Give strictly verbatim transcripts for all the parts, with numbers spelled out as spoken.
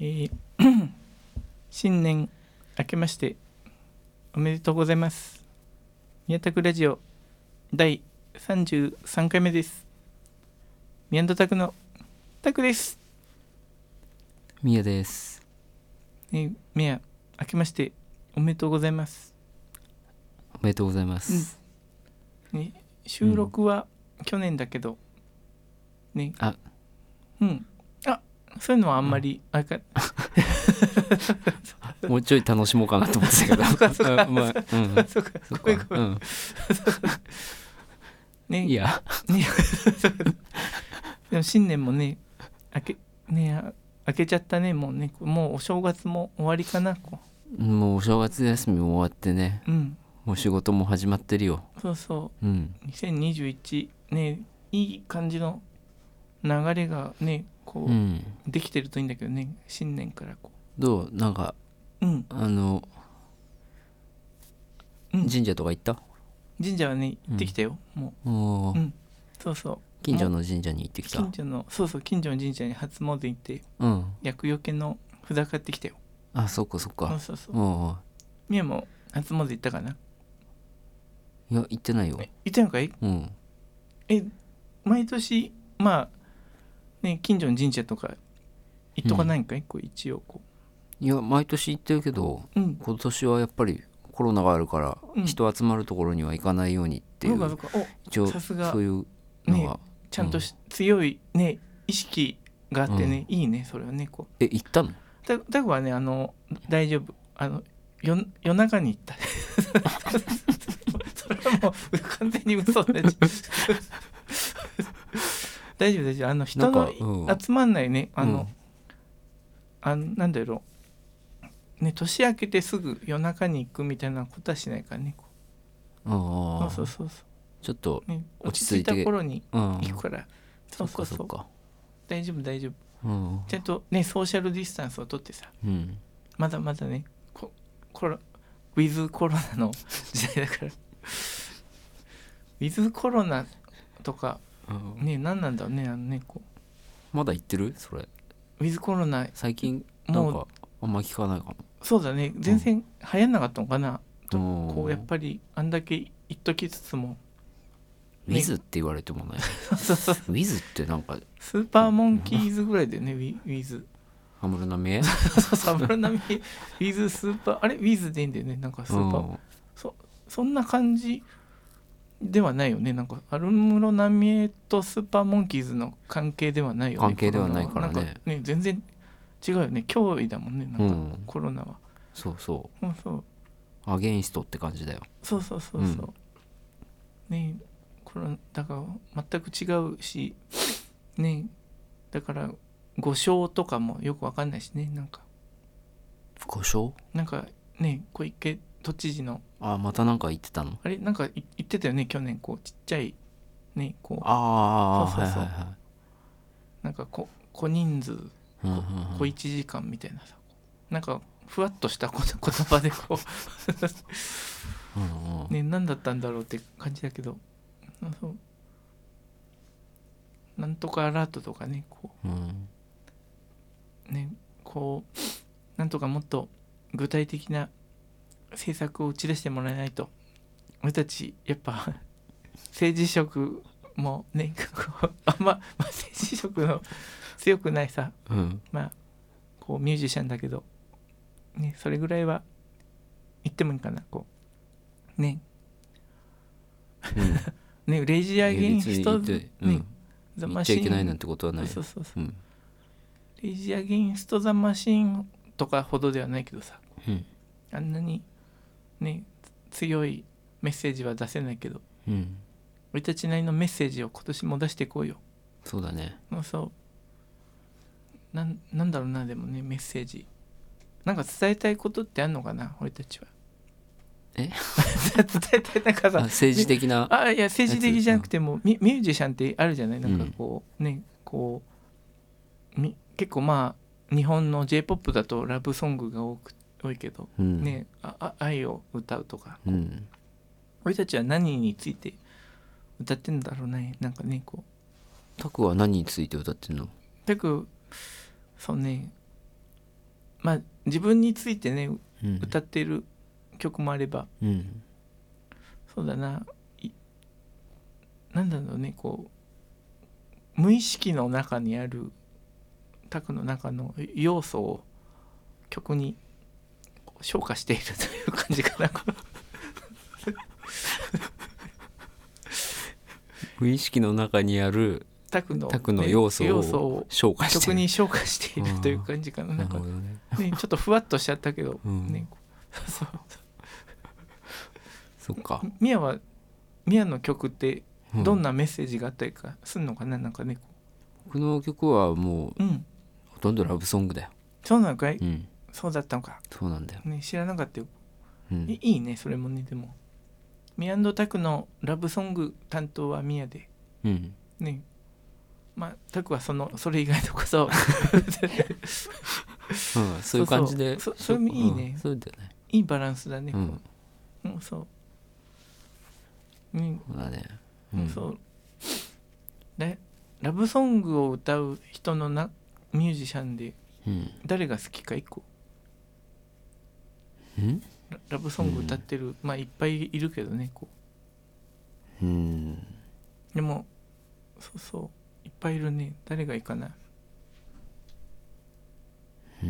えー新年明けましておめでとうございます。宮田区ラジオだいさんじゅうさんかいめです。宮田拓のタクです。 みやです。 えー、宮明けましておめでとうございます。 おめでとうございます、 うんね、収録は去年だけど、うん、ねあうんあそういうのはあんまり、うん、あかもうちょい楽しもうかなと思ってたけどそうかそうか、 まあ、うん、 そうかごめんごめん、うんね、 いや、 ね、でも新年もね明けね明けちゃったね。もうねもうお正月も終わりかな。こうもうお正月休みも終わってね、 う、うん、 もう仕事も始まってるよ。 そうそう、 うん、 にせんにじゅういちね、いい感じの流れがねこう、うん、できてるといいんだけどね。新年からこうどうなんか、うん、あの、うん、神社とか行った？ 神社はね行ってきたよ、うん、もう、うん、そうそう、 近所の神社に行ってきた。 近所のそうそう近所の神社に初詣行って、うん、厄除けの札買ってきたよ。 あ、そっかそっか。 そうそうそう。みやも初詣行ったかな？ いや行ってないよ。 行ってんのかい？うん。え毎年まあね近所の神社とか行っとかないんかい、うん、こう一応こういや毎年行ってるけど、うん、今年はやっぱりコロナがあるから、うん、人集まるところには行かないようにっていう、そうかそうか、一応そういうのが、 ね、ちゃんと、うん、強いね意識があってね、うん、いいねそれはねこう。 え行ったの？ だだはねあの大丈夫、あの夜夜中に行ったそれはもう完全に嘘で大丈夫大丈夫、あの人の、うん、集まんないねあの、うん、あのなんだろうね、年明けてすぐ夜中に行くみたいなことはしないからね。ああそうそうそうそう、 ちょっと落ち着いた頃に行くから、うん、そうそうそう、大丈夫大丈夫、うん、ちゃんとねソーシャルディスタンスをとってさ、うん、まだまだねココロウィズコロナの時代だからウィズコロナとか、うん、ね何なんだろうね、あのねこうまだ言ってるそれウィズコロナ最近なんかあんま聞かないかも。 そうだね全然流行んなかったのかな、うん、とこうやっぱりあんだけ言っときつつもウィズって言われてもねそうそうウィズってなんかスーパーモンキーズぐらいだよね、ウィズ安室奈美恵そうそう安室奈美恵ウィズスーパーあれウィズでいいんだよね、なんかスーパー、そそんな感じではないよね。なんか安室奈美恵とスーパーモンキーズの関係ではないよね。 関係ではないからね。 なんかね全然違うよね、脅威だもんねなんか、うん、コロナは。 そうそう、 そうそう、 アゲインストって感じだよ。 そうそうそうそう、うん、ねコロナだから全く違うしね、だから五章とかもよくわかんないしね。なんか五章なんかね小池都知事のあまたなんか言ってたのあれなんか言ってたよね去年、こうちっちゃいねこうああそうそうそう、 はいはいはい、 なんかこ小人数小いちじかんみたいなさ、なんかふわっとした言葉でこううん、うん、ね何だったんだろうって感じだけど、そうなんとかアラートとかねこう、うん、ねこうなんとかもっと具体的な政策を打ち出してもらえないと、俺たちやっぱ政治色もねあんま、まあ、政治色の強くないさ、うん、まあこうミュージシャンだけどね、それぐらいは言ってもいいかなこうね、うん、ねレイジアゲインストね、ザマシン言っちゃいけないなんてことはない。 そうそうそう、うん、レイジアゲインストザマシンとかほどではないけどさ、うん、あんなにね強いメッセージは出せないけど、うん、俺たちなりのメッセージを今年も出していこうよ。 そうだね。 そうな ん, なんだろうな、でもねメッセージなんか伝えたいことってあんのかな俺たちは。 え伝えたいなんかさ政治的なあいや政治的じゃなくても、うん、ミ, ミュージシャンってあるじゃない、なんかこう、うん、ねこう結構まあ日本の J-ポップ だとラブソングが多く多いけど、うん、ねあ愛を歌うとか、うん、俺たちは何について歌ってんだろうね。なんかねこうタクは何について歌ってんの？ タクそうねまあ自分についてね、うん、歌ってる曲もあれば、うん、そうだな、なんだろうね、こう無意識の中にあるタクの中の要素を曲に昇華しているという感じかな無意識の中にあるタクの、タクの要素を消化して曲に消化しているという感じかな。なんか、ねね、ちょっとふわっとしちゃったけど、うんね、そうそっか。 ミヤはミヤの曲ってどんなメッセージがあったりかするのかな、なんかね。 僕の曲はもう、うん、ほとんどラブソングだよ。 そうなのかい、うん、そうだったのか。 そうなんだよ、 ね、知らなかったよ、うん、いいねそれもね。でもミヤ&タクのラブソング担当はミヤで、うん、ね、まあタクはそのそれ以外のこそ、うん、 そういう感じで、 そうそう、それもいいね、 うん、そうだよね、 いいバランスだね、うんうん、そう、ね、 そうだね、 うん、そうでラブソングを歌う人のなミュージシャンで、うん、誰が好きか一個、 んラ, ラブソング歌ってる、うん、まあいっぱいいるけどね、こう、うん、 でもそうそういっぱいいるね。誰がいいかな。 うん。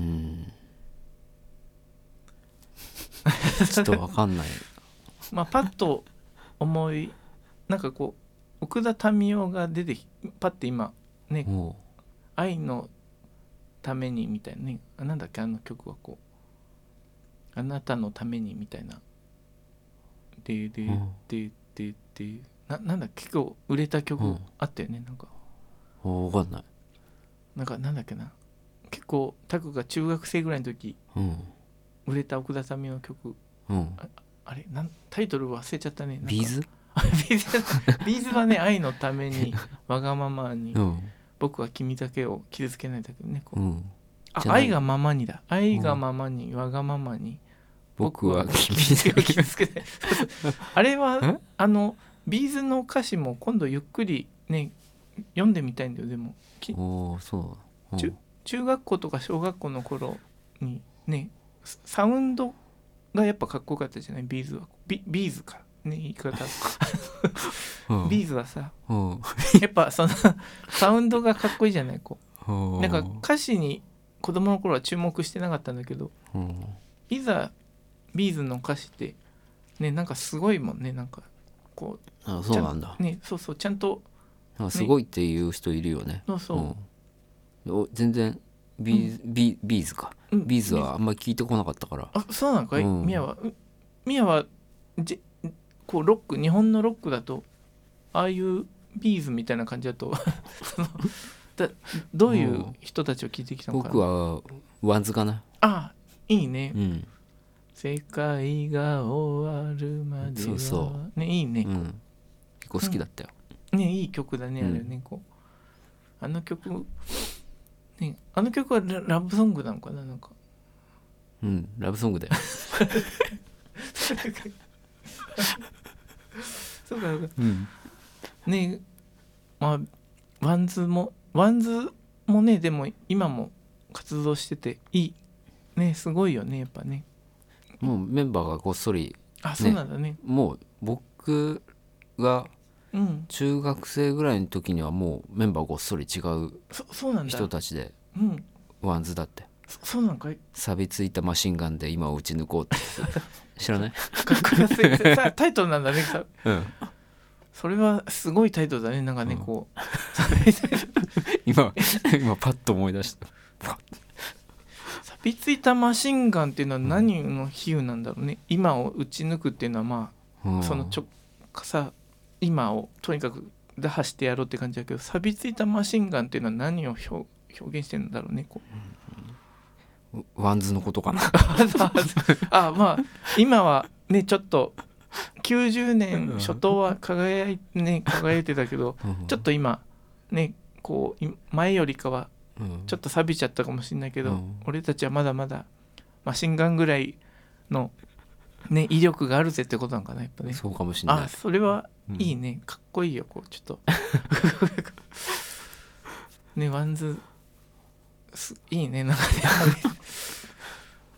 ちょっとわかんない。 まあパッと思い、なんかこう奥田民生が出てパッて今ね、愛のためにみたいなね、なんだっけあの曲はこう、あなたのためにみたいな。でででででななんだっけ、結構売れた曲あったよね、なんか。 わかんない。 なんかなんだっけな、結構タクが中学生ぐらいの時、うん、売れた奥田民生の曲、うん、あ, あれなんタイトル忘れちゃったね。なんかビーズビーズビーズはね、愛のためにわがままに、うん、僕は君だけを傷つけないだけどね、こう、うん、あ愛がままにだ、愛がままに、うん、わがままに僕は君だけを傷つけないあれはあのビーズの歌詞も今度ゆっくりね読んでみたいんだよ。でもおそう、 うん、中, 中学校とか小学校の頃にね、サウンドがやっぱかっこよかったじゃない、ビーズは。 ビ, ビーズかね、言い方ビーズはさ、やっぱそのサウンドがかっこいいじゃない、こう。なんか歌詞に子供の頃は注目してなかったんだけど、いざビーズの歌詞ってね、なんかすごいもんね。なんかこう、あ、そうなんだね、そうそう、ちゃんとすごいっていう人いるよね。 そうそう、 うん、全然ビーズ、うん、ビ, ビーズか、うん、ビーズはあんまり聞いてこなかったから。 あ、そうなのかい、ミヤは。ミヤはじこうロック、日本のロックだとああいうビーズみたいな感じだとそのだどういう人たちを聞いてきたのかな。 僕はワンズかな。 あ、いいね、うん、世界が終わるまでは、 そうそうね、いいね、 うん、結構好きだったよ、 うん、ね、いい曲だね、あれね、うん、こうあの曲、ね、あの曲は ラ, ラブソングなのかな、なんか。 うん、ラブソングだよそうかそうか、うん、ね、まあワンズもワンズもね、でも今も活動してていいね、すごいよね、やっぱね。 もうメンバーがごっそり、ね、 あ、そうなんだね。 もう僕が中学生ぐらいの時にはもうメンバーごっそり違う人たちで、うん、ワンズだって。 そ, そうなんかい。 錆びついたマシンガンで今を撃ち抜こうって知らないかっこよすぎてタイトルなんだね、うん、それはすごいタイトルだね、なんかね、うん、こう今今パッと思い出した錆びついたマシンガンっていうのは何の比喩なんだろうね、うん、今を撃ち抜くっていうのはまあ、うん、そのちょさ今をとにかく打破してやろうって感じだけど、錆びついたマシンガンっていうのは何を 表, 表現してるんだろうね、こう、 うん、ワンズのことかなあ、まあ今はねちょっときゅうじゅうねん初頭は輝い、ね、輝いてたけど、うん、ちょっと今ねこう前よりかはちょっと錆びちゃったかもしれないけど、うん、俺たちはまだまだマシンガンぐらいの、ね、威力があるぜってことなんかな、やっぱね。 そうかもしれない。 あ、それはいいね、うん、かっこいいよ、こうちょっとね、ワンズいいね、なんかね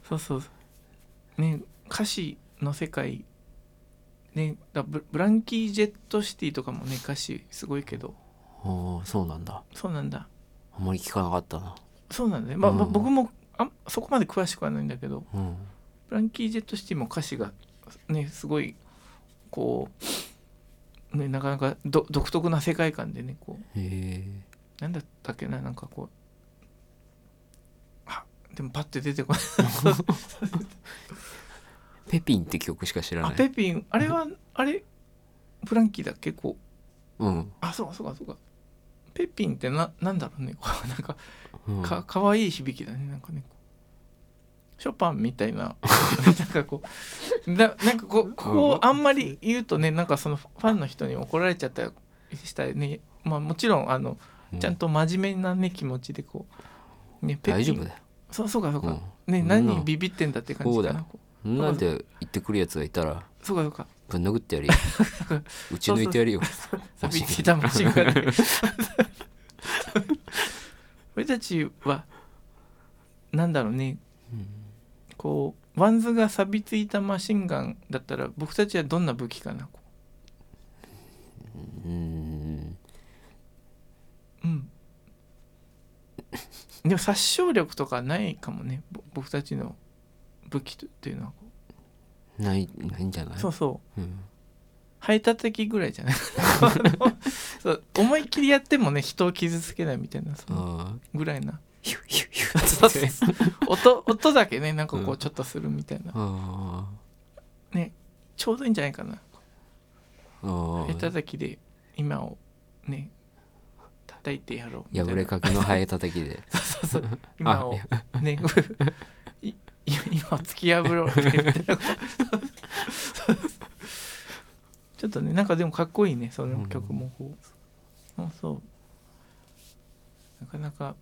そうそうね、歌詞の世界ね、だブブランキー・ジェット・シティとかもね歌詞すごいけど。 ああそうなんだ。 そうなんだ。 あんまり聞かなかったな。 そうなんだね、まあうん、僕もあそこまで詳しくはないんだけど、 うん、 ブランキー・ジェット・シティも歌詞がねすごいこう、ね、なかなかど独特な世界観でねこう、 へなんだったっけな、なんかこう、あでもパッて出てこないペピンって曲しか知らない。 あペピンあれはあれブランキーだっけこう、うん、 あそうかそうかそうか。ペピンってななんだろうねこうなんか、 うん、 か, かわいい響きだねなんかねショパンみたいななんかこうだなんかこうここあんまり言うとねなんかそのファンの人に怒られちゃったりしたりね、まあもちろんあの、うん、ちゃんと真面目なね気持ちでこうねペピン大丈夫だよ。 そうそうかそうか、うん、ね何ビビってんだって感じかな。 そうだよ。なんで言ってくるやつがいたらそうかそうかぶん殴ってやるよ打ち抜いてやるよ。 錆びついたマシンガンで俺たちはなんだろうね、うん、こうワンズが錆びついたマシンガンだったら僕たちはどんな武器かな。 うーんうんでも殺傷力とかないかもね僕たちの武器っていうのはこうないないんじゃない。 そうそう、 うん、 ハエたたきぐらいじゃないそう思いっきりやってもね人を傷つけないみたいなそのぐらいなヒュヒュヒュ音, 音だけねなんかこうちょっとするみたいな、 うん、 ねちょうどいいんじゃないかな。 ハエたたきで今をね叩いてやろうみたいな。 破れかけのハエたたきでそうそうそう今をね今を突き破ろうみたいなちょっとねなんかでもかっこいいねその曲もこう、うん、そうなかなか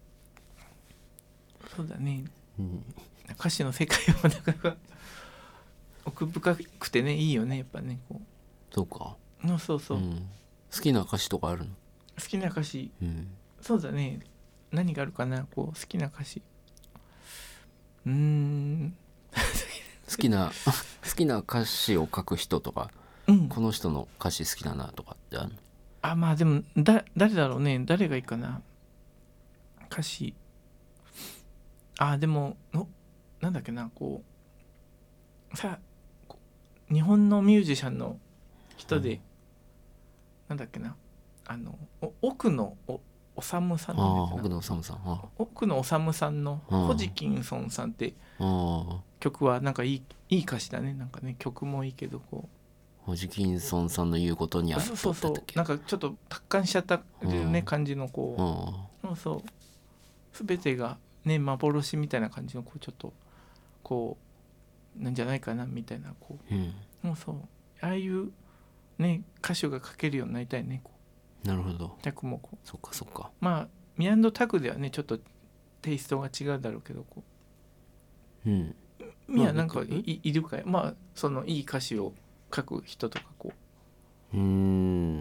そうだね、うん、歌詞の世界はなかなか奥深くてねいいよねやっぱねこう。 そうか。 そうそうそう、うん、 好きな歌詞とかあるの。 好きな歌詞、 うん、 そうだね何があるかなこう好きな歌詞うーん好きな好きな歌詞を書く人とか、うん、この人の歌詞好きだなとかってあるの。 あまあでもだ誰だろうね誰がいいかな歌詞。あでものなんだっけなこうさ日本のミュージシャンの人で、うん、なんだっけなあの奥野おおさむさんあ奥野おさむさんあ奥野おさむさんのホジキンソンさんって曲はなんかいいいい歌詞だねなんかね曲もいいけどこうホジキンソンさんの言うことにあったそうそうそうなんかちょっと達観しちゃったね感じのこうそうそう全てがね幻みたいな感じのこうちょっとこうなんじゃないかなみたいなこう、うん、もうそうああいうね歌手が書けるようになりたいねこう。なるほど。 タクもこうそっかそっか。 まあミアンドタクではねちょっとテイストが違うだろうけどこううんミアなんか い, いるかいまあそのいい歌詞を書く人とかこううーん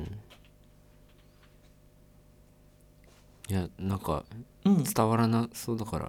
いやなんか伝わらなそうだから、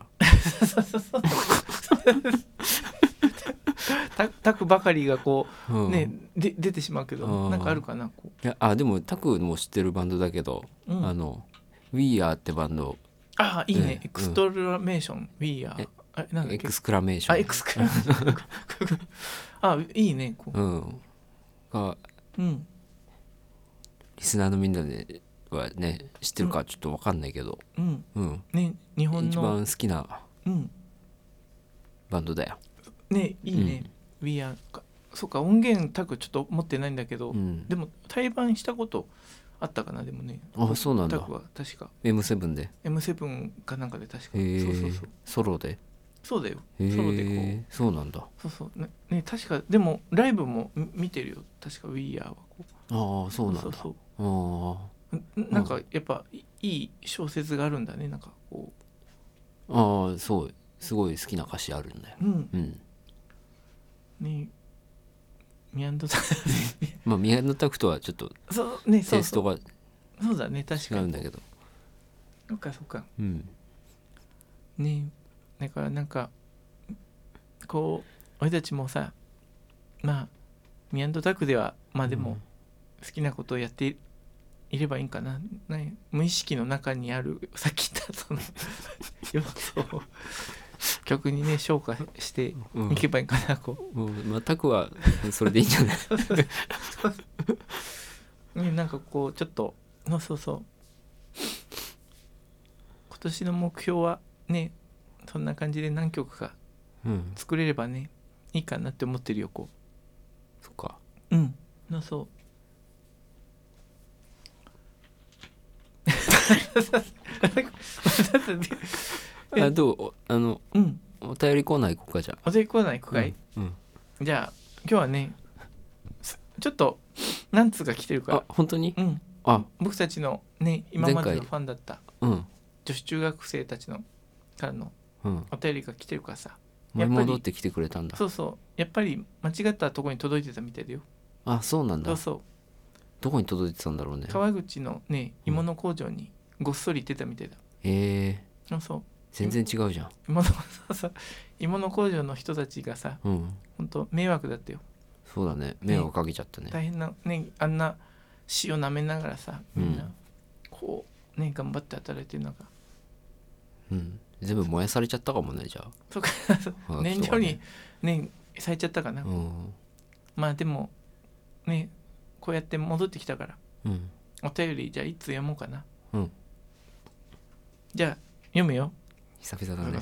タ, タクばかりがこう、うん、ねで出てしまうけどなんかあるかなこう。いやあでもタクも知ってるバンドだけど、うん、あの We Are ってバンド。 あいいね、うん、エクストラメーション We Are あなんだっけエクスクラメーションあエクスクラメーションあいいねこう、 うん、が、うん、リスナーのみんなではね知ってるかちょっと分かんないけど、 うんうんね、日本の一番好きなバンドだよ、 うん、ねいいね、うん、We Are そうか音源タグちょっと持ってないんだけど、うん、でも対バンしたことあったかなでもねあそうなんだタグは確かエムセブン でエムセブン かなんかで確かそうそうそうソロでそうだよソロでこうそうなんだそうそうね、ね確かでもライブも見てるよ確か We Are はこうああそうなんだそうそうあなんかやっぱいい小説があるんだねなんかこうああそうすごい好きな歌詞あるんだようん、うん、 ねミアンドタクまあミアンドタクとはちょっとそうねテイストがそうだね確かに違うんだけどそっかそっかうんねだからなんかこう俺たちもさまあミアンドタクではまあでも好きなことをやっていればいいんかな、ね、無意識の中にあるさっき言ったその要素を曲にね昇華していけばいいかな、こう、うん、まあタクはそれでいいんじゃないね、なんかこうちょっとそうそうそう今年の目標はねそんな感じで何曲か作れればね、うん、いいかなって思ってるよこう。 そっか。 うんのそうあどうあの、うん、お便りコーナー行こうかじゃあ。 お便りコーナー行くかい、うんうん、じゃあ今日はねちょっと何通か来てるから。 あ本当に、 うん、あ僕たちのね今までのファンだった、 うん、 女子中学生たちのからのお便りが来てるからさ、 うん、やっぱり戻ってきてくれたんだ。 そうそうやっぱり間違ったところに届いてたみたいだよ。 あそうなんだ。 そうそうどこに届いてたんだろうね。 川口のね芋の工場にごっそり行ってたみたいだ。 へえー、 そう全然違うじゃん。 芋のそうそう芋の工場の人たちがさ、うん、ほんと迷惑だったよ。 そうだね迷惑かけちゃったね。 大変なねあんな塩舐めながらさみんな、うん、こうね頑張って働いてる中、 うん、全部燃やされちゃったかもねじゃあ。 そうか燃料にね咲いちゃったかな、うん、まあでもねこうやって戻ってきたから、うん、お便りじゃあいつ読もうかな、うん、じゃあ読むよ。 久々だね。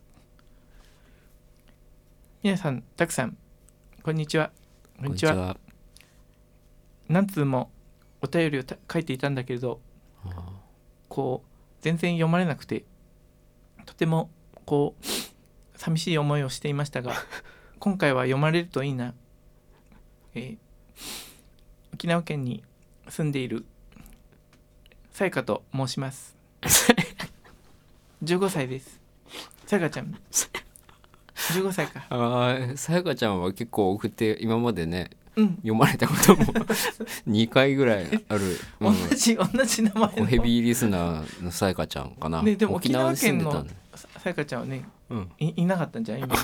皆さんたくさんこんにちは。こんにちは。こんにちは。何通もお便りを書いていたんだけれど、こう全然読まれなくてとてもこう寂しい思いをしていましたが今回は読まれるといいな、えー、沖縄県に住んでいるさやかと申しますじゅうごさいです。さやかちゃんじゅうごさいか。 ああさやかちゃんは結構送って今までね、うん、読まれたこともにかいぐらいある、 うん、同じ同じ名前のヘビーリスナーのさやかちゃんかな、 ね、でも沖縄県のさやかちゃんはね、うん、い, いなかったんじゃん今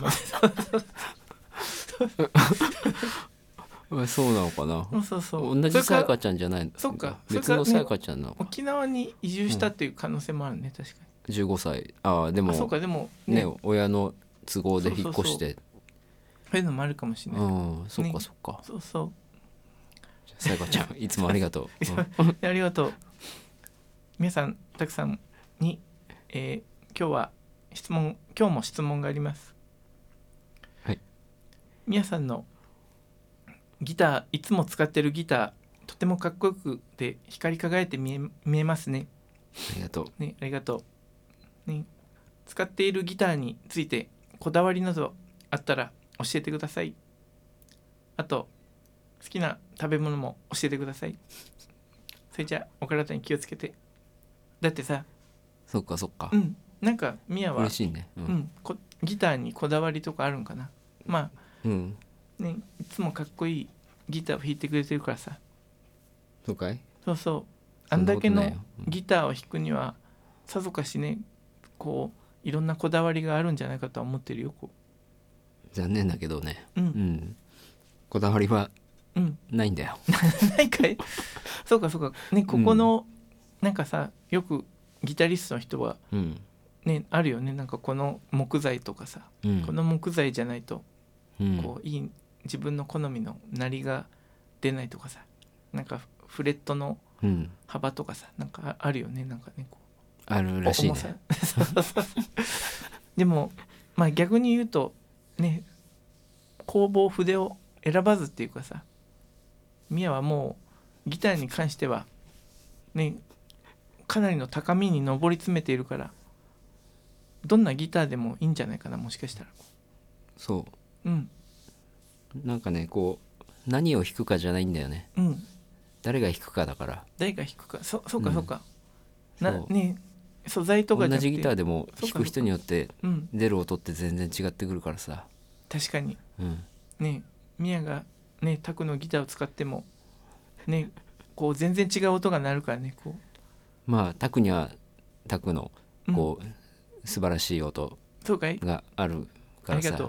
までそうなのかな。 そうそうそう同じさやかちゃんじゃないの。 そっか別のさやかちゃんなの、ね、 沖縄に移住したっていう可能性もあるね、うん、確かにじゅうごさい。ああでもそうかでもね, ね親の都合で引っ越してそういうのもあるかもしれない。 うんそっかそっか、 ね、そうそうさやかちゃんいつもありがとう、 うん、ありがとう。皆さんたくさんに、えー、今日は質問今日も質問があります。 はい皆さんのギターいつも使ってるギターとてもかっこよくて光り輝いて見 え, 見えますね。 ありがとう、ね、ありがとう、ね、使っているギターについてこだわりなどあったら教えてください。あと好きな食べ物も教えてください。それじゃあお体に気をつけて。だってさそっかそっか、 うん、なんかミヤは嬉しいね、うんうん、こギターにこだわりとかあるんかな。まあ、うんね、いつもかっこいいギターを弾いてくれてるからさ。 そうかい。 そうそうあんだけのギターを弾くにはさぞかしねこういろんなこだわりがあるんじゃないかとは思ってるよ。こう残念だけどね、 うんうん、 こだわりはないんだよ、 うん、ないかいそうかそうかねここの、うん、なんかさよくギタリストの人は、うんね、あるよねなんかこの木材とかさ、うん、この木材じゃないと、うん、こういい自分の好みの鳴りが出ないとかさなんかフレットの幅とかさ、うん、なんかあるよねなんかねこうあるらしいねでもまあ逆に言うとね工房筆を選ばずっていうかさミヤはもうギターに関してはねかなりの高みに上り詰めているからどんなギターでもいいんじゃないかなもしかしたら。 そううんなんかねこう何を弾くかじゃないんだよね、うん、誰が弾くかだから。 誰が弾くか そ, そうかそうか、うん、なね素材とかじゃなくて同じギターでも弾く人によって出る音って全然違ってくるからさ。 確かに、うん、ねミヤがねタクのギターを使ってもねこう全然違う音が鳴るからねこうまあタクにはタクのこう、うん、素晴らしい音があるからさ。 ありがとう、 うん、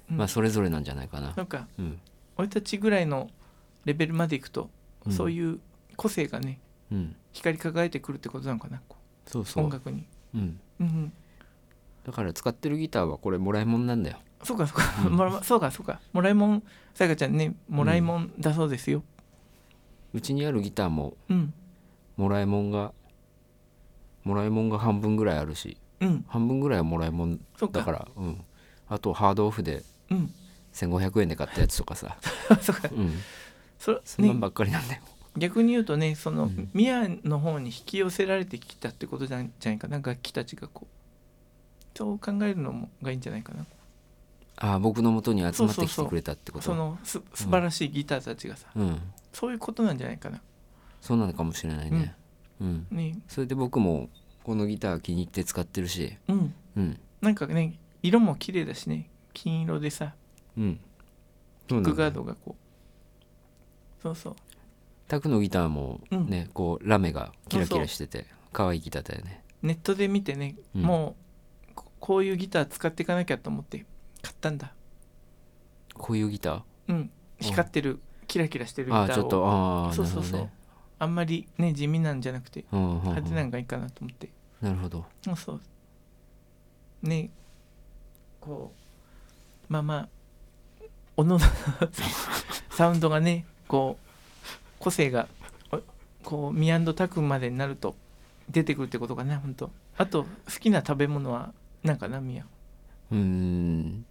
うん、まあそれぞれなんじゃないかな。 なんか、うん、俺たちぐらいのレベルまでいくと、うん、そういう個性がね、うん、光り輝いてくるってことなのかな、こうそうそう音楽に、うんうんうん、 だから使ってるギターはこれもらいもんなんだよ。 そうかそうか、うん、そうかそうか、もらいもん、さやかちゃんね、もらいもんだそうですよ。 うち、ん、にあるギターも、うん、もらいもんがもらいもんが半分ぐらいあるし、うん、半分ぐらいはもらいもんだから、うん、あとハードオフでせんごひゃくえんで買ったやつとかさ、うん、そうか、うん、そ, そんなんばっかりなんだよ。 逆に言うとね、その、うん、宮の方に引き寄せられてきたってことじゃないかな、楽器たちがこう、そう考えるのもがいいんじゃないかな。 ああ、僕の元に集まってきてくれたってこと。 そうそうそう、そのす素晴らしいギターたちがさ、うん、そういうことなんじゃないかな。 そうなのかもしれないね、うんうん、ね、それで僕もこのギター気に入って使ってるし、うんうん、なんかね、色も綺麗だしね、金色でさ、うん、ピックガードがこう、そうそう、 タクのギターもね、うん、こうラメがキラキラしてて可愛いギターだよね。 ネットで見てね、うん、もうこういうギター使っていかなきゃと思って買ったんだ。 こういうギター、 うん、光ってる、キラキラしてるギターを、あ、ちょっと、あ、そうそうそう、ね、あんまりね地味なんじゃなくて、うんうんうん、派手なんがいいかなと思って。 なるほど。 そうそうね、こうまあまあおののサウンドがね、こう個性がこうミアンドタクまでになると出てくるってことかな、本当。あと好きな食べ物は何かな、ミヤ。うーん、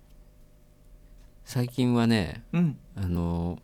最近はね、うん、あの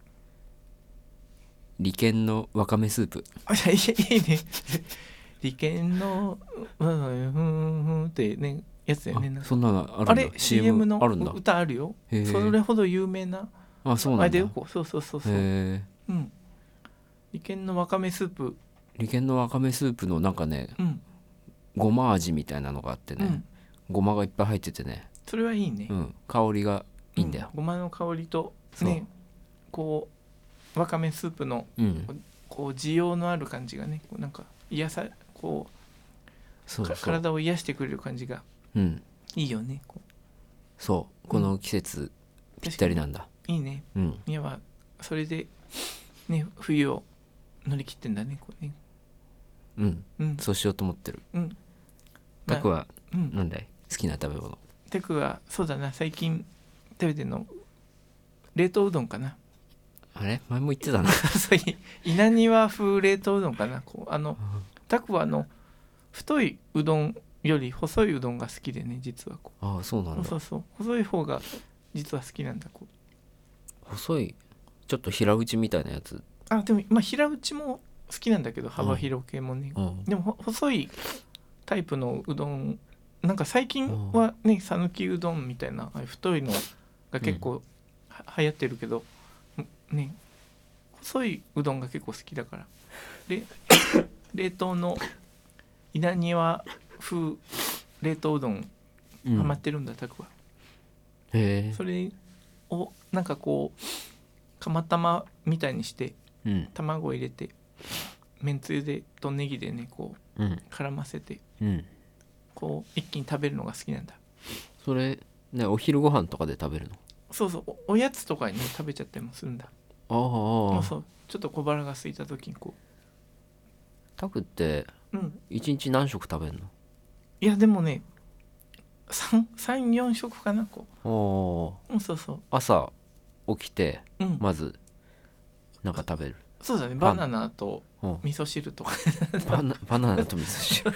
利権のわかめスープ。 いいね利権のうんうんってねやつだよね。 あ、そんなのあるんだ。あれシーエム の歌あるよ。それほど有名な。 あ、そうなんだ。あれだよ、 そうそうそうそう。へー、うん。利権のわかめスープ。 利権のわかめスープのなんかね、うん、ごま味みたいなのがあってね、うん、ごまがいっぱい入っててね。 それはいいね。 うん、香りがいいんだよ。 うん、ごまの香りとね、こうわかめスープの、うん、こう需要のある感じがね、こうなんか癒さこう、そうそう、体を癒してくれる感じが、うん、いいよね。こう、 そうこの季節、うん、ぴったりなんだ。 いいね。うん、いやはそれでね冬を乗り切ってんだね、こうね。 うん、うん、そうしようと思ってる。うん。タクは何だい、うん、好きな食べ物。 タクはそうだな、最近食べてるの冷凍うどんかな。 あれ前も言ってたなそう稲庭風冷凍うどんかな。こうあのタクはあの太いうどんより細いうどんが好きでね、実はこう。 ああ、そうなんだ。 そうそう、細い方が実は好きなんだ。こう細い、ちょっと平打ちみたいなやつ。 あ、でもまあ平打ちも好きなんだけど、幅広系もね、うん、でも細いタイプのうどん、なんか最近はね、讃岐うどんみたいな太いのが結構、うん、流行ってるけどね、細いうどんが結構好きだから。で冷凍の稲庭風冷凍うどんハマってるんだ、タクは。へえ。それをなんかこう釜玉みたいにして、うん、卵入れてめんつゆでとネギでねこう、うん、絡ませて、うん、こう一気に食べるのが好きなんだ。 それね、お昼ご飯とかで食べるの？ そうそう、 お, おやつとかにね食べちゃったりもするんだ。ああ、そう、ちょっと小腹が空いた時にこう。 タクっていちにち何食食べるの？ いやでもね さんよん 食かな。こう、お、うん、そうそう、 朝起きて、うん、まずなんか食べる。 そうだね、バナナと味噌汁とかバナ、バナナと味噌汁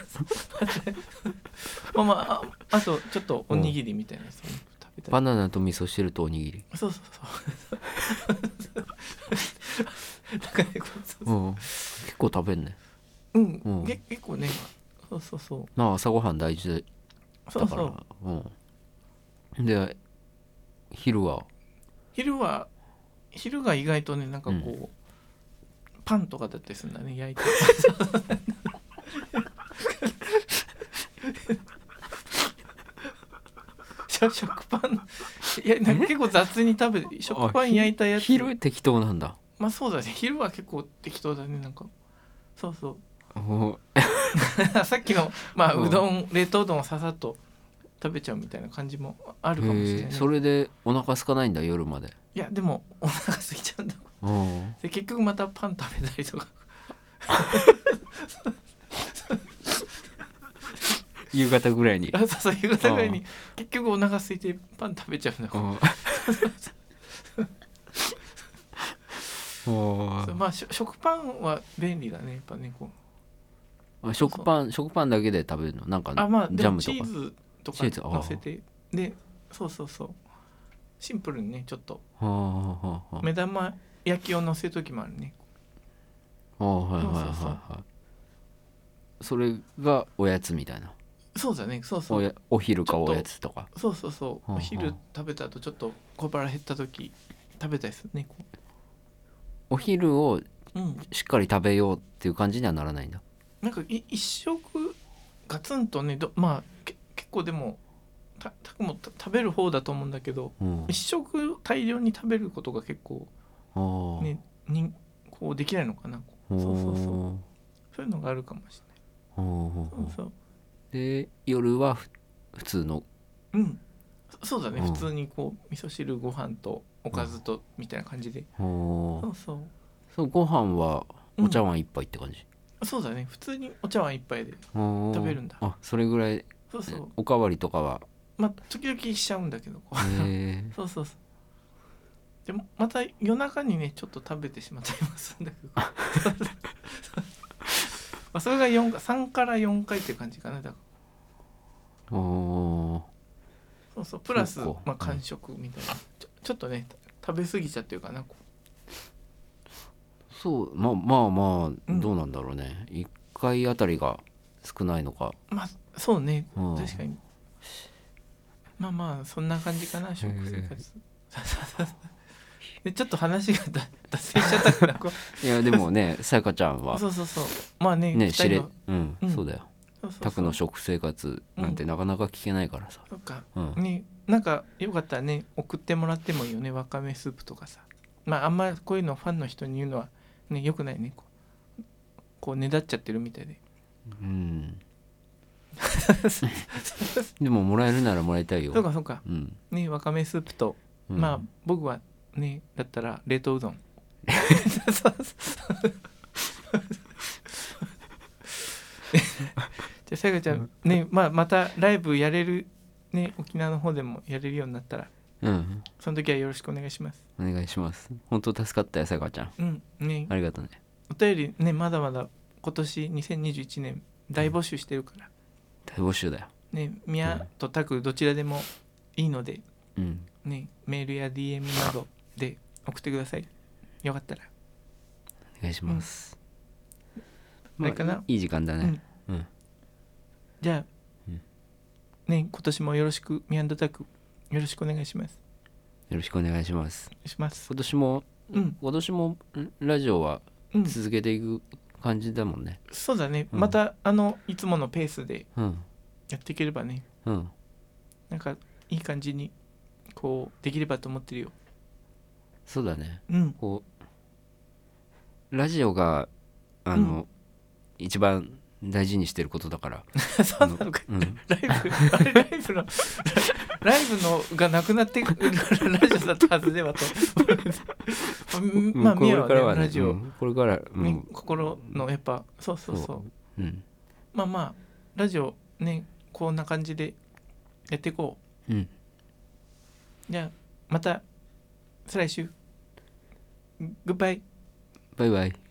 まあまあ、あ、あとちょっとおにぎりみたいなやつを、ね、 食べたり。バナナと味噌汁とおにぎり。 そうそうそうなんかね、そうそう、うん、 結構食べんね。 うん、うん、結構ね、そうそうそう、 まあ朝ごはん大事だから。そうそう、うん、で昼は昼は昼が意外とね、なんかこう、うん、パンとかだったりするんだね、焼いて食パン、いやなんか結構雑に食べて、食パン焼いたやつ。 昼適当なんだ。 まあそうだね、昼は結構適当だね、なんか。そうそうさっきの、まあ、うどん、冷凍うどんをささっと食べちゃうみたいな感じもあるかもしれない、ね、 それでお腹空かないんだ夜まで。 いやでもお腹空いちゃうんだで結局またパン食べたりとか夕方ぐらいにあそうそう夕方ぐらいに結局お腹空いてパン食べちゃうんだそうまあ食パンは便利だねやっぱねこう食パン食パンだけで食べるのなんかあ、まあ、ジャムとかチーズとか乗せてでそうそうそうシンプルにねちょっと目玉焼きを乗せる時もあるね。 ああはいはいはいはい。それがおやつみたいな。 そうだねそうそうお, お昼かおやつとか。 そうそうそうお昼食べた後ちょっと小腹減った時食べたりするね。 お昼をしっかり食べようっていう感じにはならないんだ。 うん、なんか一食ガツンとねどまあけ結構でもたたくも食べる方だと思うんだけど、うん、一食大量に食べることが結構ねにこうできないのかな。そうそうそうそういうのがあるかもしれない。そうそうで夜は普通のうんそうだね、うん、普通にこう味噌汁ご飯とおかずとみたいな感じで、うん、そうそうそうご飯はお茶碗一杯って感じ、 うん、そうだね普通にお茶碗一杯で食べるんだ。 あそれぐらい。そうそうおかわりとかはまあ時々しちゃうんだけどそうそうそうでもまた夜中にねちょっと食べてしまったりもするんだけどまあそれがよんさんからよんかいっていう感じかなだからおそうそうプラスまあ間食みたいな、うん、ちょ, ちょっとね食べ過ぎちゃってるかなこうそうまあまあまあどうなんだろうね、うん、いっかいあたりが少ないのかまあそうね、うん、確かにまあまあそんな感じかな食生活でちょっと話が脱線しちゃったからいやでもねさやかちゃんはそうそうそうまあねね知れうん、うん、そうだよタクの食生活なんてなかなか聞けないからさ、 うん、そっか、うん、ねなんかよかったらね送ってもらってもいいよねわかめスープとかさまああんまこういうのファンの人に言うのはねよくないねこう、こうねだっちゃってるみたいでうんでももらえるならもらいたいよ。 そうかそうか、うん、ねわかめスープと、うん、まあ僕はねだったら冷凍うどんじゃあさやかちゃんね、まあ、またライブやれるね沖縄の方でもやれるようになったら、うん、その時はよろしくお願いします。 お願いします。本当助かったよさやかちゃん、うんね、ありがとうね。 お便りねまだまだ今年にせんにじゅういちねん大募集してるから、 うん、大募集だよね宮とタクどちらでもいいので、うんね、メールや ディーエム などで送ってください。よかったらお願いします、 うんまあ、あれかないい時間だね、うんうん、 じゃあ、うん、ね今年もよろしくミアンドタクよろしくお願いします。 よろしくお願いします。 します今年も、うん、今年もラジオは続けていく感じだもんね、 うん、そうだね、うん、またあのいつものペースでやっていければね、うん、なんかいい感じにこうできればと思ってるよ。 そうだね、うん、こうラジオがあの、うん、一番大事にしてることだからそうなのか、うん、ライブあれライブのライブのがなくなってくるラジオだったはずではとまあミアはね、ねラジオ、うん、 これから、うんね、心のやっぱそうそうそう、そう、うん、まあまあラジオねこんな感じでやっていこう、うん、じゃあまた再来週グッバイバイバイ。